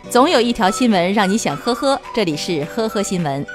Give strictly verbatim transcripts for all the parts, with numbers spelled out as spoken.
总有一条新闻让你想呵呵，这里是呵呵新闻。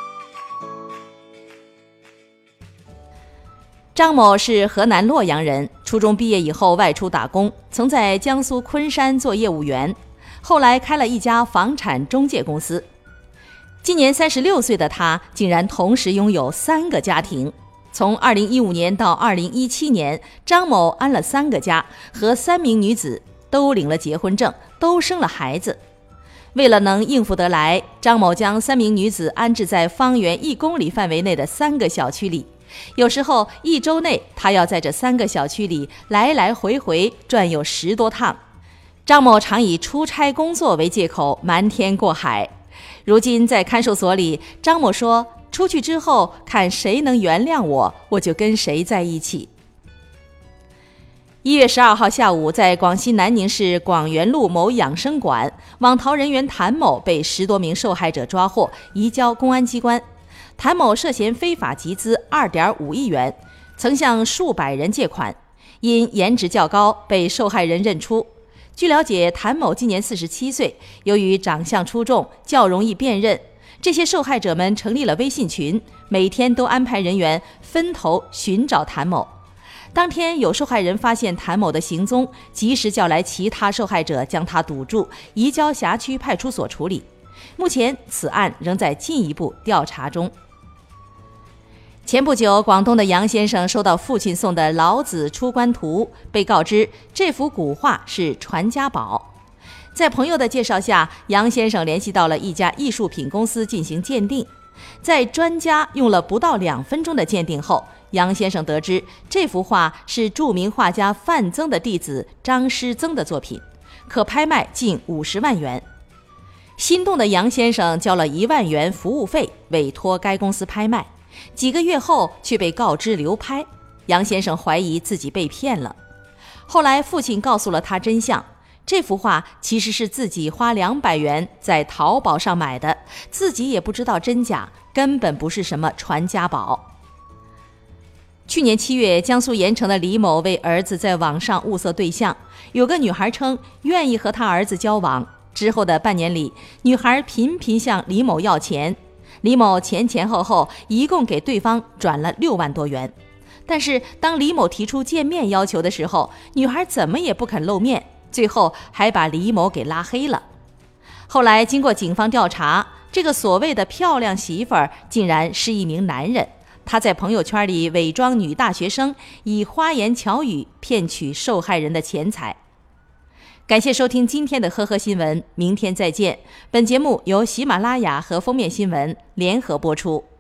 张某是河南洛阳人，初中毕业以后外出打工，曾在江苏昆山做业务员，后来开了一家房产中介公司。今年三十六岁的他，竟然同时拥有三个家庭。从二零一五年到二零一七年，张某安了三个家，和三名女子都领了结婚证，都生了孩子。为了能应付得来，张某将三名女子安置在方圆一公里范围内的三个小区里。有时候一周内，他要在这三个小区里来来回回转悠十多趟。张某常以出差工作为借口瞒天过海。如今在看守所里，张某说，出去之后看谁能原谅我，我就跟谁在一起。一月十二号下午，在广西南宁市广元路某养生馆，网逃人员谭某被十多名受害者抓获，移交公安机关。谭某涉嫌非法集资 二点五亿元，曾向数百人借款，因颜值较高，被受害人认出。据了解，谭某今年四十七岁，由于长相出众，较容易辨认。这些受害者们成立了微信群，每天都安排人员分头寻找谭某。当天有受害人发现谭某的行踪，及时叫来其他受害者将他堵住，移交辖区派出所处理。目前此案仍在进一步调查中。前不久，广东的杨先生收到父亲送的《老子出关图》，被告知这幅古画是传家宝。在朋友的介绍下，杨先生联系到了一家艺术品公司进行鉴定。在专家用了不到两分钟的鉴定后，杨先生得知这幅画是著名画家范曾的弟子张师曾的作品，可拍卖近五十万元。心动的杨先生交了一万元服务费，委托该公司拍卖。几个月后却被告知流拍，杨先生怀疑自己被骗了。后来父亲告诉了他真相，这幅画其实是自己花两百元在淘宝上买的，自己也不知道真假，根本不是什么传家宝。去年七月，江苏盐城的李某为儿子在网上物色对象，有个女孩称愿意和他儿子交往。之后的半年里，女孩频频向李某要钱，李某前前后后一共给对方转了六万多元。但是当李某提出见面要求的时候，女孩怎么也不肯露面，最后还把李某给拉黑了。后来经过警方调查，这个所谓的漂亮媳妇儿竟然是一名男人，他在朋友圈里伪装女大学生，以花言巧语骗取受害人的钱财。感谢收听今天的呵呵新闻，明天再见。本节目由喜马拉雅和封面新闻联合播出。